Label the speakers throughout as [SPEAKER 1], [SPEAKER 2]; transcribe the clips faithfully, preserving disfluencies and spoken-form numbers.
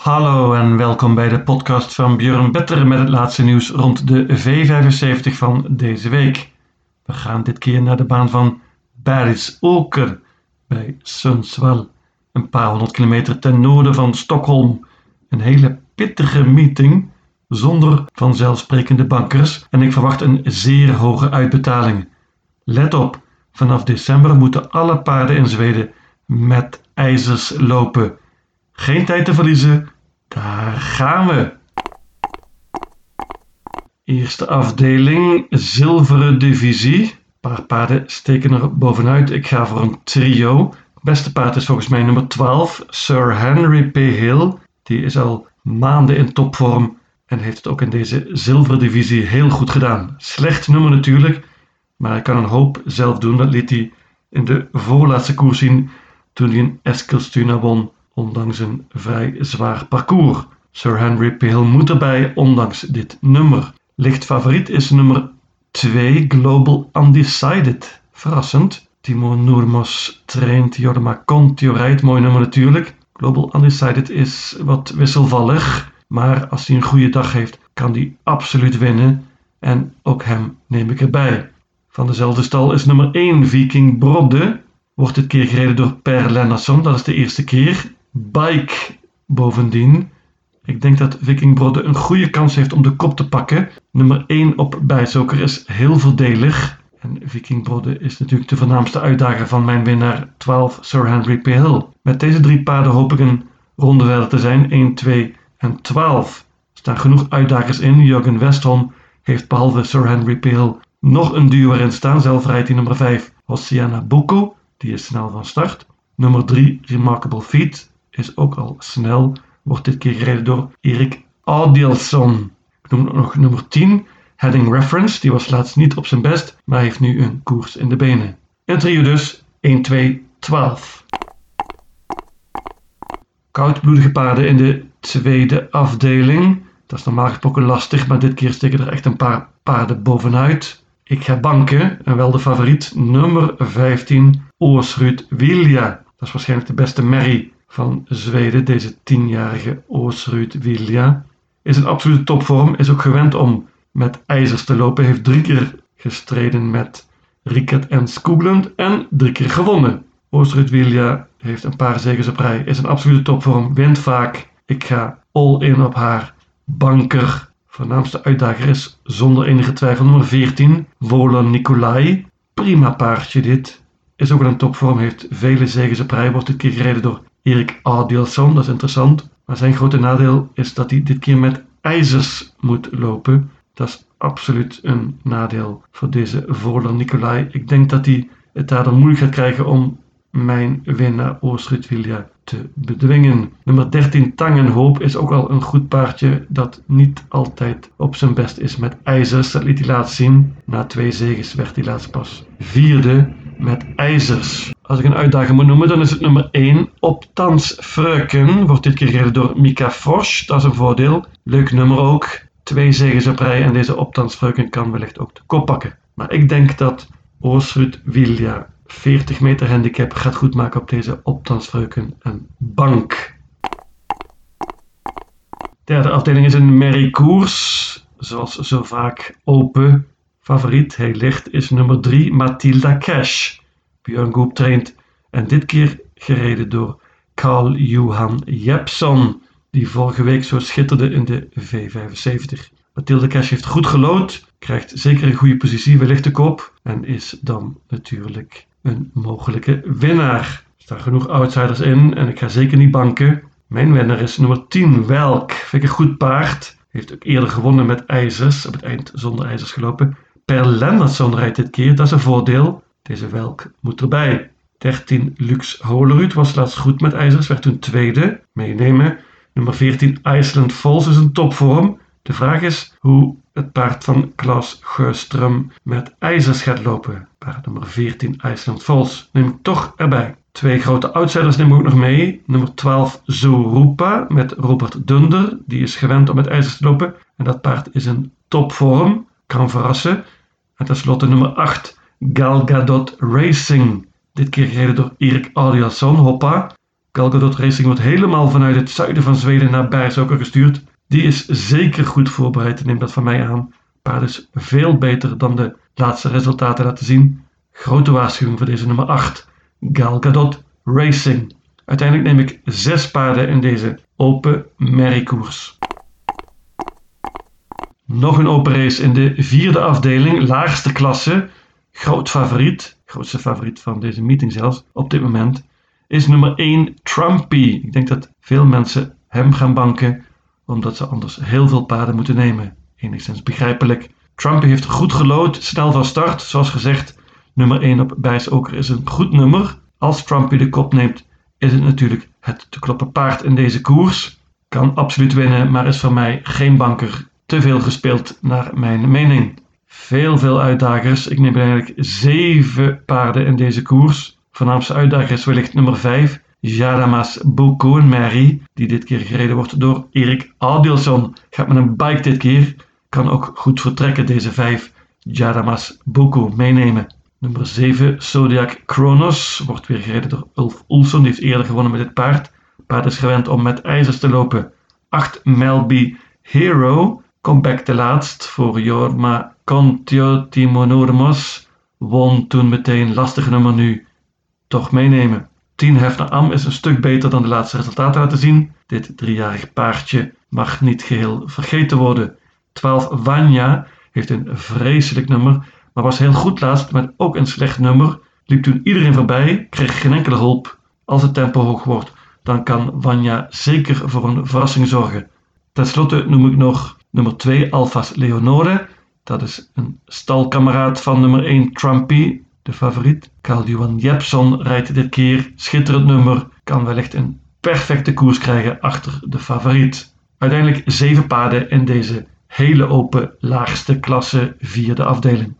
[SPEAKER 1] Hallo en welkom bij de podcast van Björn Better met het laatste nieuws rond de V vijfenzeventig van deze week. We gaan dit keer naar de baan van Bergsåker bij Sundsvall, een paar honderd kilometer ten noorden van Stockholm. Een hele pittige meeting zonder vanzelfsprekende bankers en ik verwacht een zeer hoge uitbetaling. Let op, vanaf december moeten alle paarden in Zweden met ijzers lopen. Geen tijd te verliezen, daar gaan we! Eerste afdeling, zilveren divisie. Een paar paarden steken er bovenuit. Ik ga voor een trio. Het beste paard is volgens mij nummer twaalf, Sir Henry P. Hill. Die is al maanden in topvorm en heeft het ook in deze zilveren divisie heel goed gedaan. Slecht nummer natuurlijk, maar hij kan een hoop zelf doen. Dat liet hij in de voorlaatste koers zien toen hij in Eskilstuna won, ondanks een vrij zwaar parcours. Sir Henry P. Hill moet erbij, ondanks dit nummer. Licht favoriet is nummer twee, Global Undecided. Verrassend. Timo Nurmos traint, Jorma Kontio rijdt, mooi nummer natuurlijk. Global Undecided is wat wisselvallig, maar als hij een goede dag heeft, kan hij absoluut winnen. En ook hem neem ik erbij. Van dezelfde stal is nummer één, Viking Brodde. Wordt dit keer gereden door Per Lennartsson, dat is de eerste keer. Bike bovendien. Ik denk dat Viking Brodde een goede kans heeft om de kop te pakken. Nummer één op Bergsåker is heel voordelig. En Viking Brodde is natuurlijk de voornaamste uitdager van mijn winnaar twaalf, Sir Henry P. Hill. Met deze drie paarden hoop ik een ronde verder te zijn, één, twee en twaalf. Er staan genoeg uitdagers in. Jürgen Westholm heeft behalve Sir Henry P. Hill nog een duo erin staan. Zelf rijdt hij nummer vijf, Oceana Bucco. Die is snel van start. Nummer drie, Remarkable Feat, is ook al snel. Wordt dit keer gereden door Erik Adielsson. Ik noem nog nummer tien, Heading Reference. Die was laatst niet op zijn best, maar heeft nu een koers in de benen. Een trio dus, één, twee, twaalf. Koudbloedige paarden in de tweede afdeling. Dat is normaal gesproken lastig, maar dit keer steken er echt een paar paarden bovenuit. Ik ga banken, en wel de favoriet, nummer vijftien, Åsrud Vilja. Dat is waarschijnlijk de beste merrie van Zweden, deze tienjarige Åsrud Vilja. Is een absolute topvorm, is ook gewend om met ijzers te lopen. Heeft drie keer gestreden met Rickert en Skoglund en drie keer gewonnen. Åsrud Vilja heeft een paar zegens op rij, is een absolute topvorm, wint vaak. Ik ga all in op haar. Banker. Voornaamste uitdager is zonder enige twijfel nummer veertien, Volon Nicolai. Prima paardje dit. Is ook een topvorm, heeft vele zegens op rij. Wordt dit keer gereden door Erik Adielsson, dat is interessant. Maar zijn grote nadeel is dat hij dit keer met ijzers moet lopen. Dat is absoluut een nadeel voor deze Volon Nicolai. Ik denk dat hij het daardoor moeilijk gaat krijgen om mijn winnaar Åsrud Vilja te bedwingen. Nummer dertien, Tangenhoop, is ook al een goed paardje dat niet altijd op zijn best is met ijzers. Dat liet hij laatst zien. Na twee zegens werd hij laatst pas vierde met ijzers. Als ik een uitdager moet noemen, dan is het nummer één, Optans Fröken. Wordt dit keer gereden door Mika Frosch. Dat is een voordeel. Leuk nummer ook. Twee zegens op rij en deze Optans Fröken kan wellicht ook de kop pakken. Maar ik denk dat Åsrud Vilja veertig meter handicap gaat goed maken op deze Optans Fröken en bank. Derde afdeling is een merriekoers, zoals zo vaak open. Favoriet, heel licht, is nummer drie, Matilda Cash. Björn Goop traint en dit keer gereden door Carl-Johan Jeppsson, die vorige week zo schitterde in de V vijfenzeventig. Matilda Cash heeft goed gelood, krijgt zeker een goede positie, wellicht de kop en is dan natuurlijk een mogelijke winnaar. Er staan genoeg outsiders in en ik ga zeker niet banken. Mijn winnaar is nummer tien, Welk. Vind ik een goed paard. Heeft ook eerder gewonnen met ijzers, op het eind zonder ijzers gelopen. Per Lennartsson rijdt dit keer, dat is een voordeel. Deze Welk moet erbij. dertien, Lux Holerud was laatst goed met ijzers, werd toen tweede. Meenemen. Nummer veertien, Iceland Falls is een topvorm. De vraag is hoe het paard van Klaus Sjöström met ijzers gaat lopen. Paard nummer veertien, Iceland Falls, neem ik toch erbij. Twee grote outsiders neem ik ook nog mee. Nummer twaalf, Zorupa met Robert Dunder. Die is gewend om met ijzers te lopen. En dat paard is een topvorm. Kan verrassen. En tenslotte nummer acht, Gal Gadot Racing. Dit keer gereden door Erik Adielsson, Hoppa. Gal Gadot Racing wordt helemaal vanuit het zuiden van Zweden naar Bergsåker gestuurd. Die is zeker goed voorbereid, neem dat van mij aan. Paard is veel beter dan de laatste resultaten laten zien. Grote waarschuwing voor deze nummer acht, Gal Gadot Racing. Uiteindelijk neem ik zes paarden in deze open merriekoers. Nog een open race in de vierde afdeling, laagste klasse. Groot favoriet, grootste favoriet van deze meeting zelfs, op dit moment, is nummer één Trumpy. Ik denk dat veel mensen hem gaan banken, omdat ze anders heel veel paarden moeten nemen. Enigszins begrijpelijk. Trumpy heeft goed gelood, snel van start. Zoals gezegd, nummer één op Bergsåker is een goed nummer. Als Trumpy de kop neemt, is het natuurlijk het te kloppen paard in deze koers. Kan absoluut winnen, maar is voor mij geen banker. Te veel gespeeld naar mijn mening. Veel, veel uitdagers. Ik neem eigenlijk zeven paarden in deze koers. Voornaamste uitdager is wellicht nummer vijf, Jadamas Boko, een merrie, die dit keer gereden wordt door Erik Adilson. Gaat met een bike dit keer. Kan ook goed vertrekken, deze vijf, Jadamas Boko, meenemen. Nummer zeven, Zodiac Kronos, wordt weer gereden door Ulf Olsson. Die heeft eerder gewonnen met dit paard. Het paard is gewend om met ijzers te lopen. acht, Melby Hero. Comeback te laatst voor Jorma Kontio Timonormos. Won toen meteen, lastig nummer nu. Toch meenemen. tien, Hefner Am is een stuk beter dan de laatste resultaten laten zien. Dit driejarig paardje mag niet geheel vergeten worden. twaalf, Vanja heeft een vreselijk nummer, maar was heel goed laatst met ook een slecht nummer. Liep toen iedereen voorbij, kreeg geen enkele hulp. Als het tempo hoog wordt, dan kan Vanja zeker voor een verrassing zorgen. Ten slotte noem ik nog nummer twee, Alphas Leonore. Dat is een stalkameraad van nummer één, Trumpy, de favoriet. Carl-Johan Jeppsson rijdt dit keer. Schitterend nummer. Kan wellicht een perfecte koers krijgen achter de favoriet. Uiteindelijk zeven paarden in deze hele open laagste klasse vierde afdeling.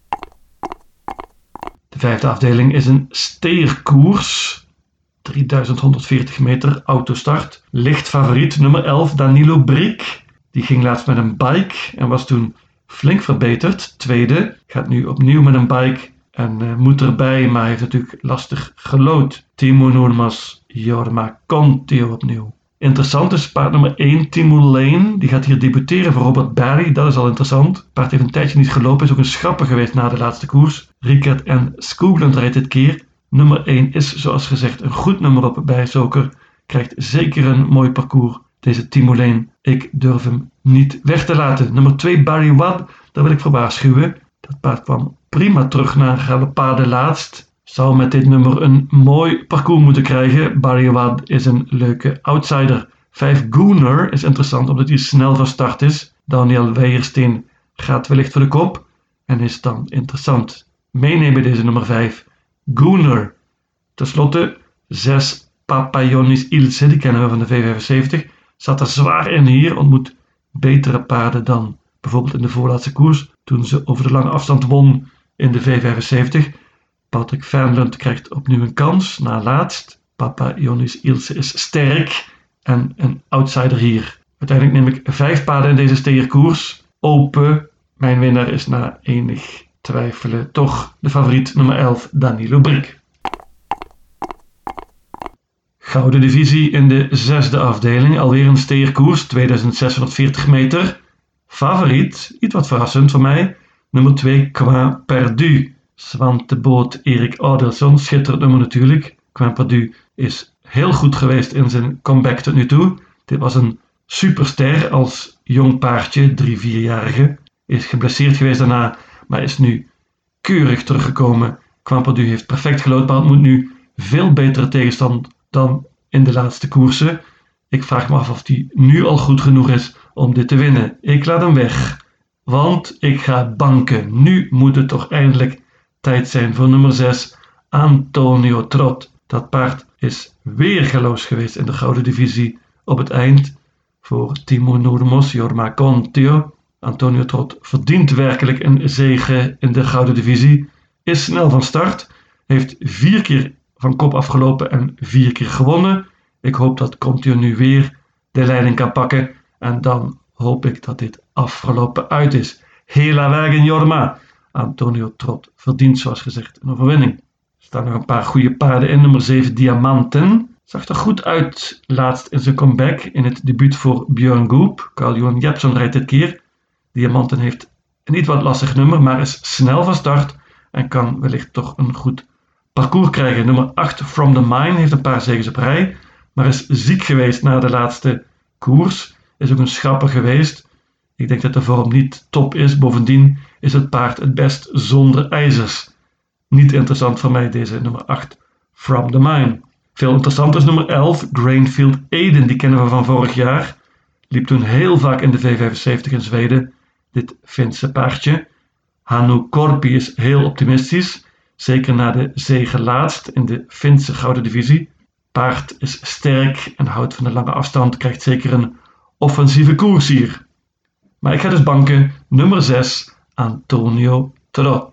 [SPEAKER 1] De vijfde afdeling is een steerkoers. drieduizend honderdveertig meter, autostart. Licht favoriet, nummer elf, Danilo Brick. Die ging laatst met een bike en was toen flink verbeterd. Tweede, gaat nu opnieuw met een bike en uh, moet erbij, maar heeft natuurlijk lastig gelood. Timo Noormas, Jorma Kontio opnieuw. Interessant is paard nummer één, Timo Lane. Die gaat hier debuteren voor Robert Barry, dat is al interessant. Paard heeft een tijdje niet gelopen, is ook een schrapper geweest na de laatste koers. Rickert en Skoglund rijdt dit keer. Nummer één is zoals gezegd een goed nummer op Bergsåker. Krijgt zeker een mooi parcours. Deze Timo Lane, ik durf hem niet weg te laten. Nummer twee, Barry Wadd, daar wil ik voor waarschuwen. Dat paard kwam prima terug naar Galopade laatst. Zou met dit nummer een mooi parcours moeten krijgen. Barry Wadd is een leuke outsider. vijf, Gooner is interessant omdat hij snel van start is. Daniel Weijersteen gaat wellicht voor de kop en is dan interessant. Meenemen deze nummer vijf, Gooner. Ten slotte zes, Papayonis Ilse, die kennen we van de V vijfenzeventig. Zat er zwaar in hier, ontmoet betere paarden dan bijvoorbeeld in de voorlaatste koers, toen ze over de lange afstand won in de V vijfenzeventig. Patrick Fernlund krijgt opnieuw een kans, na laatst. Papayonis Ilse is sterk en een outsider hier. Uiteindelijk neem ik vijf paarden in deze steerkoers. Open, mijn winnaar is na enig twijfelen toch de favoriet nummer elf, Danilo Brick. Gouden divisie in de zesde afdeling, alweer een steerkoers, tweeduizend zeshonderdveertig meter. Favoriet, iets wat verrassend voor mij, nummer twee, Coin Perdu. Zwanteboot Erik Adilson, schitterend nummer natuurlijk. Coin Perdu is heel goed geweest in zijn comeback tot nu toe. Dit was een superster als jong paardje, drie, vierjarige. Is geblesseerd geweest daarna, maar is nu keurig teruggekomen. Coin Perdu heeft perfect gelood, maar moet nu veel betere tegenstand dan in de laatste koersen. Ik vraag me af of hij nu al goed genoeg is om dit te winnen. Ik laat hem weg, want ik ga banken. Nu moet het toch eindelijk tijd zijn voor nummer zes, Antonio Trot. Dat paard is weergeloos geweest in de gouden divisie op het eind voor Timo Noormos, Jorma Kontio. Antonio Trot verdient werkelijk een zege in de gouden divisie. Is snel van start, heeft vier keer van kop afgelopen en vier keer gewonnen. Ik hoop dat Kontio nu weer de leiding kan pakken en dan hoop ik dat dit afgelopen uit is. Hela wagen Jorma. Antonio Trot verdient zoals gezegd een overwinning. Er staan nog een paar goede paarden in. Nummer zeven, Diamanten. Zag er goed uit laatst in zijn comeback in het debuut voor Björn Goop. Carl-Johan Jeppsson rijdt dit keer. Diamanten heeft een iets wat lastig nummer, maar is snel van start en kan wellicht toch een goed parcours krijgen. Nummer acht From the Mine heeft een paar zegens op rij, maar is ziek geweest na de laatste koers. Is ook een schrapper geweest. Ik denk dat de vorm niet top is. Bovendien is het paard het best zonder ijzers. Niet interessant voor mij deze nummer acht From the Mine. Veel interessanter is nummer elf Grainfield Aiden. Die kennen we van vorig jaar. Liep toen heel vaak in de V vijfenzeventig in Zweden. Dit Finse paardje. Hannu Korpi is heel optimistisch. Zeker na de zege laatst in de Finse gouden divisie. Paard is sterk en houdt van de lange afstand. Krijgt zeker een offensieve koers hier. Maar ik ga dus banken nummer zes Antonio Trot.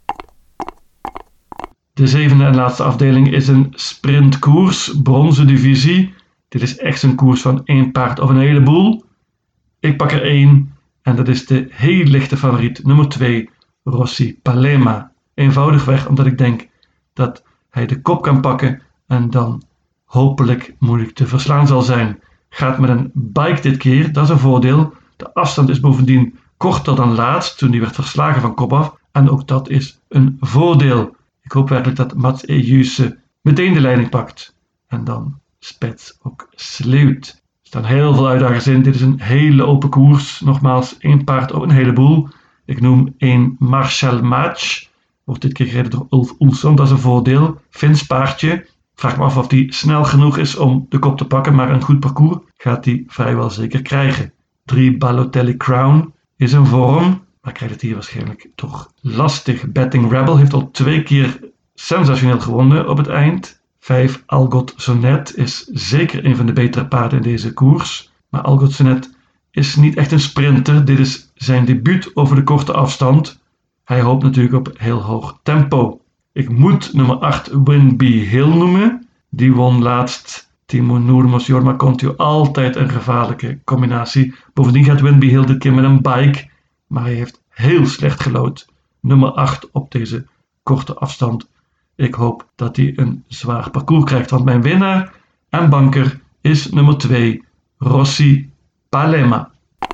[SPEAKER 1] De zevende en laatste afdeling is een sprintkoers, bronzen divisie. Dit is echt een koers van één paard of een heleboel. Ik pak er één en dat is de heel lichte favoriet, nummer twee, Rossi Palema. Eenvoudigweg omdat ik denk dat hij de kop kan pakken en dan hopelijk moeilijk te verslaan zal zijn. Gaat met een bike dit keer, dat is een voordeel. De afstand is bovendien korter dan laatst toen hij werd verslagen van kop af en ook dat is een voordeel. Ik hoop werkelijk dat Mats Ejuse meteen de leiding pakt en dan Spets ook sleeuwt. Er staan heel veel uitdagers in. Dit is een hele open koers. Nogmaals, één paard ook een heleboel. Ik noem één Marshall Match. Wordt dit keer gereden door Ulf Olsson. Dat is een voordeel. Fins paardje. Vraag me af of hij snel genoeg is om de kop te pakken, maar een goed parcours gaat hij vrijwel zeker krijgen. drie Balotelli Crown is een vorm, maar krijgt het hier waarschijnlijk toch lastig. Betting Rebel heeft al twee keer sensationeel gewonnen op het eind. vijf Algot Sonnet is zeker een van de betere paarden in deze koers. Maar Algot Sonnet is niet echt een sprinter. Dit is zijn debuut over de korte afstand. Hij hoopt natuurlijk op heel hoog tempo. Ik moet nummer acht Winby Hill noemen. Die won laatst Timo Nurmos, Jorma Kontio. Altijd een gevaarlijke combinatie. Bovendien gaat Winby Hill dit keer met een bike. Maar hij heeft heel slecht gelood. Nummer acht op deze korte afstand. Ik hoop dat hij een zwaar parcours krijgt. Want mijn winnaar en banker is nummer twee Rossi Palema.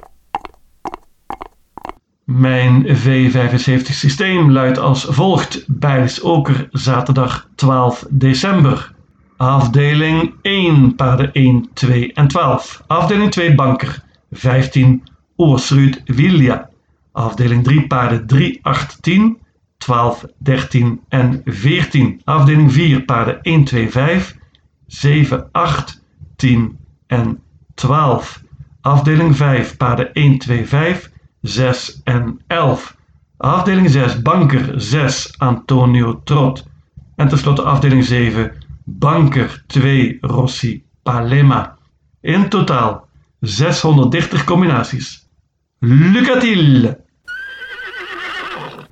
[SPEAKER 1] Mijn V vijfenzeventig systeem luidt als volgt. Bijlsoker zaterdag twaalf december. Afdeling één paarden één, twee en twaalf. Afdeling twee banker vijftien Oorsruud Vilja. Afdeling drie paarden drie, acht, tien, twaalf, dertien en veertien. Afdeling vier paarden een, twee, vijf, zeven, acht, tien en twaalf. Afdeling vijf paarden een, twee, vijf, zes en elf. Afdeling zes banker zes Antonio Trot. En tenslotte afdeling zeven banker twee Rossi Palema. In totaal zeshonderddertig combinaties. Lucatiel!